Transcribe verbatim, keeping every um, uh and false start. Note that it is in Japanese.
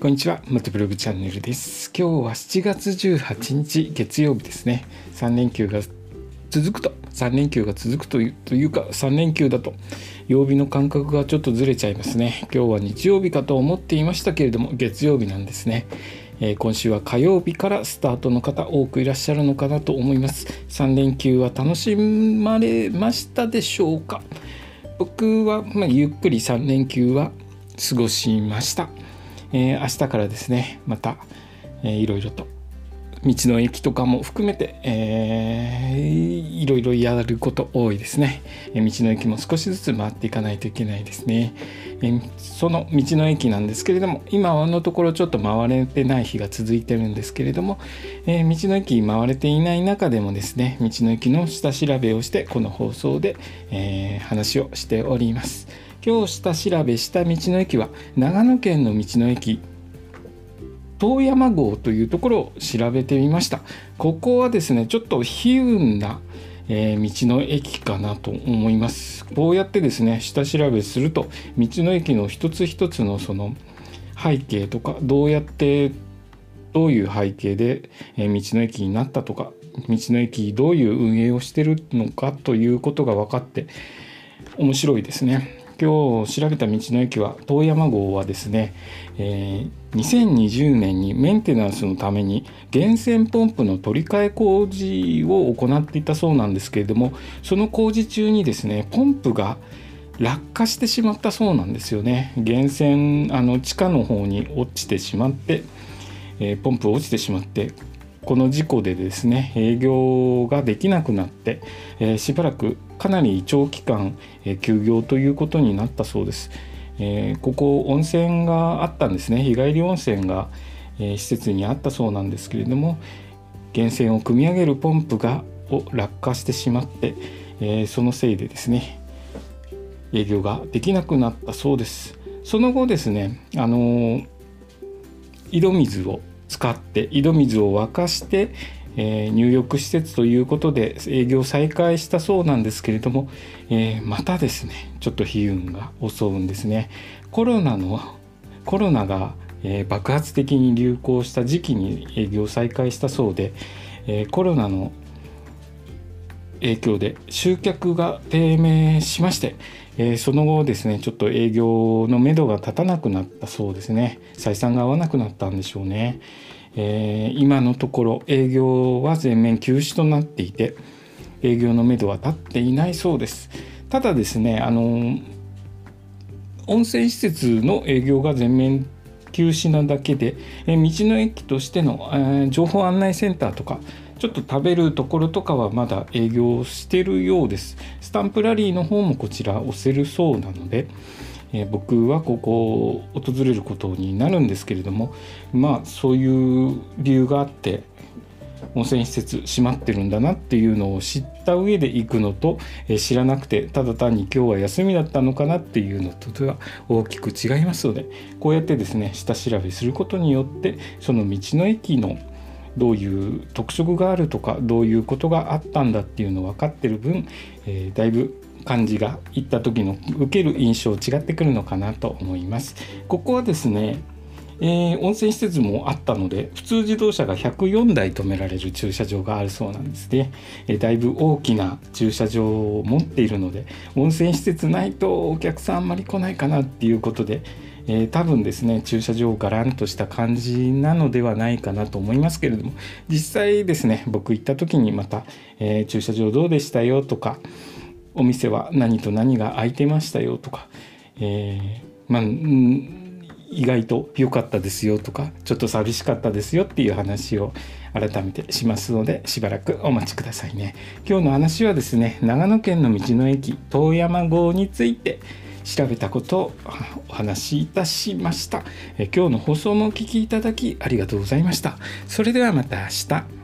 こんにちは、元ブログチャンネルです。今日はしちがつじゅうはちにち月曜日ですね。さんれんきゅうが続くとさんれんきゅうが続くというというかさんれんきゅうだと曜日の感覚がちょっとずれちゃいますね。今日は日曜日かと思っていましたけれども月曜日なんですね。えー、今週は火曜日からスタートの方多くいらっしゃるのかなと思います。さんれんきゅうは楽しまれましたでしょうか。僕は、まあ、ゆっくりさんれんきゅうは過ごしました。えー、明日からですねまた、えー、いろいろと道の駅とかも含めて、えー、いろいろやること多いですね。えー、道の駅も少しずつ回っていかないといけないですね。えー、その道の駅なんですけれども今のところちょっと回れてない日が続いてるんですけれども、えー、道の駅回れていない中でもですね道の駅の下調べをしてこの放送で、えー、話をしております。今日下調べした道の駅は長野県の道の駅遠山郷というところを調べてみました。ここはですねちょっと悲運な、えー、道の駅かなと思います。こうやってですね下調べすると道の駅の一つ一つのその背景とかどうやってどういう背景で、えー、道の駅になったとか道の駅どういう運営をしているのかということが分かって面白いですね。今日調べた道の駅は遠山郷はですね、えー、にせんにじゅうねんにメンテナンスのために源泉ポンプの取り替え工事を行っていたそうなんですけれどもその工事中にですねポンプが落下してしまったそうなんですよね。源泉あの地下の方に落ちてしまって、えー、ポンプ落ちてしまってこの事故でですね営業ができなくなって、えー、しばらくかなり長期間、えー、休業ということになったそうです。えー、ここ温泉があったんですね。日帰り温泉が、えー、施設にあったそうなんですけれども源泉を汲み上げるポンプがを落下してしまって、えー、そのせいでですね営業ができなくなったそうです。その後ですねあのー、井戸水を使って井戸水を沸かして、えー、入浴施設ということで営業再開したそうなんですけれども、えー、またですねちょっと悲運が襲うんですね。コロナのコロナが、えー、爆発的に流行した時期に営業再開したそうで、えー、コロナの影響で集客が低迷しまして、えー、その後ですねちょっと営業のめどが立たなくなったそうですね。採算が合わなくなったんでしょうね。えー、今のところ営業は全面休止となっていて営業のめどは立っていないそうです。ただですねあの温泉施設の営業が全面休止なだけで、えー、道の駅としての、えー、情報案内センターとかちょっと食べるところとかはまだ営業しているようです。スタンプラリーの方もこちら押せるそうなので、えー、僕はここを訪れることになるんですけれどもまあそういう理由があって温泉施設閉まってるんだなっていうのを知った上で行くのと、えー、知らなくてただ単に今日は休みだったのかなっていうのとでは大きく違いますのでこうやってですね下調べすることによってその道の駅のどういう特色があるとかどういうことがあったんだっていうの分かってる分、えー、だいぶ感じが行った時の受ける印象違ってくるのかなと思います。ここはですね、えー、温泉施設もあったので普通自動車がひゃくよんだい止められる駐車場があるそうなんですね。えー、だいぶ大きな駐車場を持っているので温泉施設ないとお客さんあんまり来ないかなっていうことでえー、多分ですね駐車場をガランとした感じなのではないかなと思いますけれども実際ですね僕行った時にまた、えー、駐車場どうでしたよとかお店は何と何が空いてましたよとか、えーまあ、ん意外と良かったですよとかちょっと寂しかったですよっていう話を改めてしますのでしばらくお待ちくださいね。今日の話はですね長野県の道の駅遠山郷について調べたことをお話しいたしました。え今日の放送もお聞きいただきありがとうございました。それではまた明日。